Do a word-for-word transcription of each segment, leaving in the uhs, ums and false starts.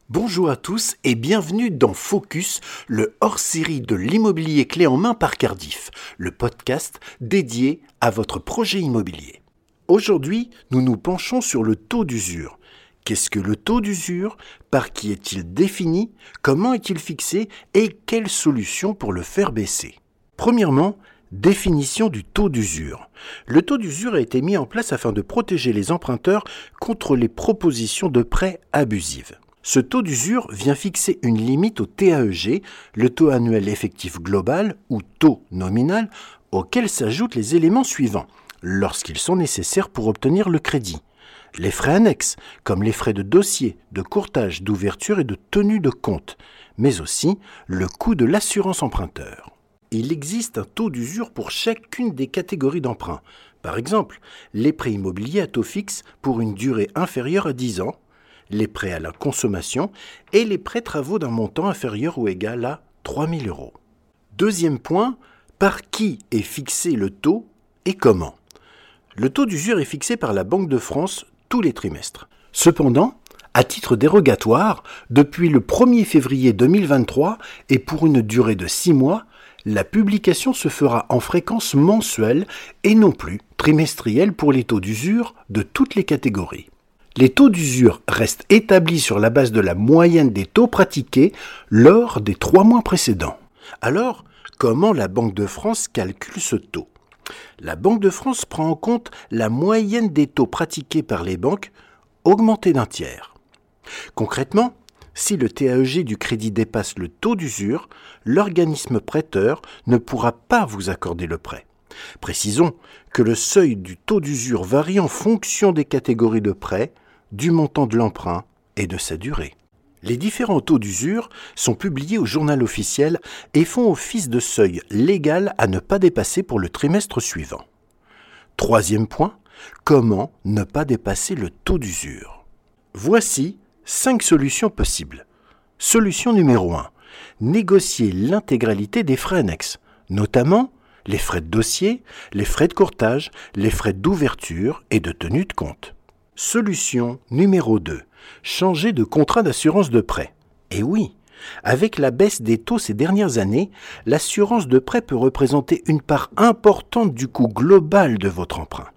Bonjour à tous et bienvenue dans Focus, le hors-série de l'immobilier clé en main par Cardif, le podcast dédié à votre projet immobilier. Aujourd'hui, nous nous penchons sur le taux d'usure. Qu'est-ce que le taux d'usure? Par qui est-il défini? Comment est-il fixé? Et quelles solutions pour le faire baisser? Premièrement, définition du taux d'usure. Le taux d'usure a été mis en place afin de protéger les emprunteurs contre les propositions de prêts abusives. Ce taux d'usure vient fixer une limite au T A E G, le taux annuel effectif global ou taux nominal, auquel s'ajoutent les éléments suivants, lorsqu'ils sont nécessaires pour obtenir le crédit. Les frais annexes, comme les frais de dossier, de courtage, d'ouverture et de tenue de compte, mais aussi le coût de l'assurance emprunteur. Il existe un taux d'usure pour chacune des catégories d'emprunts. Par exemple, les prêts immobiliers à taux fixe pour une durée inférieure à dix ans, les prêts à la consommation et les prêts travaux d'un montant inférieur ou égal à trois mille euros. Deuxième point, par qui est fixé le taux et comment? Le taux d'usure est fixé par la Banque de France tous les trimestres. Cependant, à titre dérogatoire, depuis le premier février deux mille vingt-trois et pour une durée de six mois, la publication se fera en fréquence mensuelle et non plus trimestrielle pour les taux d'usure de toutes les catégories. Les taux d'usure restent établis sur la base de la moyenne des taux pratiqués lors des trois mois précédents. Alors, comment la Banque de France calcule ce taux? La Banque de France prend en compte la moyenne des taux pratiqués par les banques, augmentée d'un tiers. Concrètement, si le T A E G du crédit dépasse le taux d'usure, l'organisme prêteur ne pourra pas vous accorder le prêt. Précisons que le seuil du taux d'usure varie en fonction des catégories de prêts, du montant de l'emprunt et de sa durée. Les différents taux d'usure sont publiés au journal officiel et font office de seuil légal à ne pas dépasser pour le trimestre suivant. Troisième point, comment ne pas dépasser le taux d'usure? Voici cinq solutions possibles. Solution numéro un, négocier l'intégralité des frais annexes, notamment les frais de dossier, les frais de courtage, les frais d'ouverture et de tenue de compte. Solution numéro deux. Changer de contrat d'assurance de prêt. Et oui, avec la baisse des taux ces dernières années, l'assurance de prêt peut représenter une part importante du coût global de votre emprunt.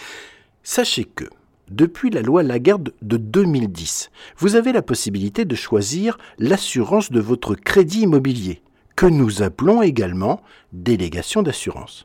Sachez que, depuis la loi Lagarde de deux mille dix, vous avez la possibilité de choisir l'assurance de votre crédit immobilier, que nous appelons également délégation d'assurance.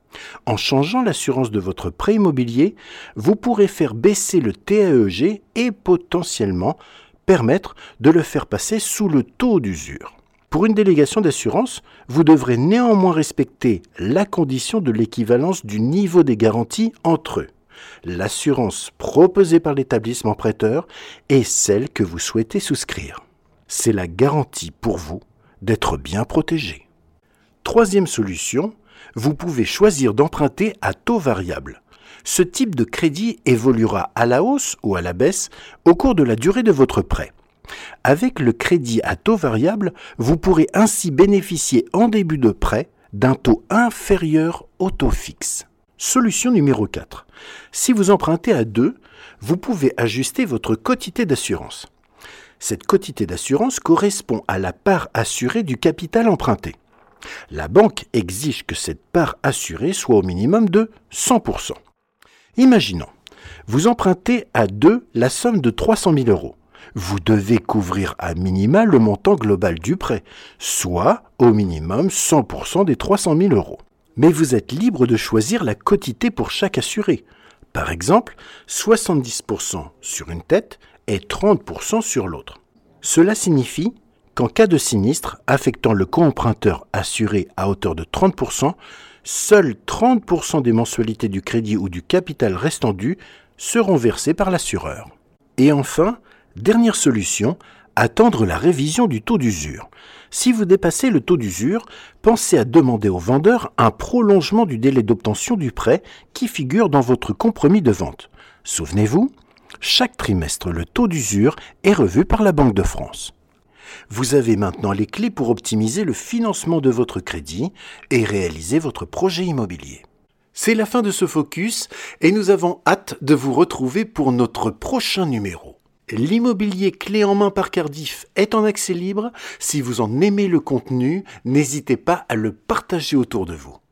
En changeant l'assurance de votre prêt immobilier, vous pourrez faire baisser le T A E G et potentiellement permettre de le faire passer sous le taux d'usure. Pour une délégation d'assurance, vous devrez néanmoins respecter la condition de l'équivalence du niveau des garanties entre l'assurance proposée par l'établissement prêteur et celle que vous souhaitez souscrire. C'est la garantie pour vous d'être bien protégé. Troisième solution, vous pouvez choisir d'emprunter à taux variable. Ce type de crédit évoluera à la hausse ou à la baisse au cours de la durée de votre prêt. Avec le crédit à taux variable, vous pourrez ainsi bénéficier en début de prêt d'un taux inférieur au taux fixe. Solution numéro quatre. Si vous empruntez à deux, vous pouvez ajuster votre quotité d'assurance. Cette quotité d'assurance correspond à la part assurée du capital emprunté. La banque exige que cette part assurée soit au minimum de cent pour cent. Imaginons, vous empruntez à deux la somme de trois cent mille euros. Vous devez couvrir à minima le montant global du prêt, soit au minimum cent pour cent des trois cent mille euros. Mais vous êtes libre de choisir la quotité pour chaque assuré. Par exemple, soixante-dix pour cent sur une tête et trente pour cent sur l'autre. Cela signifie qu'en cas de sinistre affectant le co-emprunteur assuré à hauteur de trente pour cent, seuls trente pour cent des mensualités du crédit ou du capital restant dû seront versés par l'assureur. Et enfin, dernière solution, attendre la révision du taux d'usure. Si vous dépassez le taux d'usure, pensez à demander au vendeur un prolongement du délai d'obtention du prêt qui figure dans votre compromis de vente. Souvenez-vous, chaque trimestre, le taux d'usure est revu par la Banque de France. Vous avez maintenant les clés pour optimiser le financement de votre crédit et réaliser votre projet immobilier. C'est la fin de ce focus et nous avons hâte de vous retrouver pour notre prochain numéro. L'immobilier clé en main par Cardif est en accès libre. Si vous en aimez le contenu, n'hésitez pas à le partager autour de vous.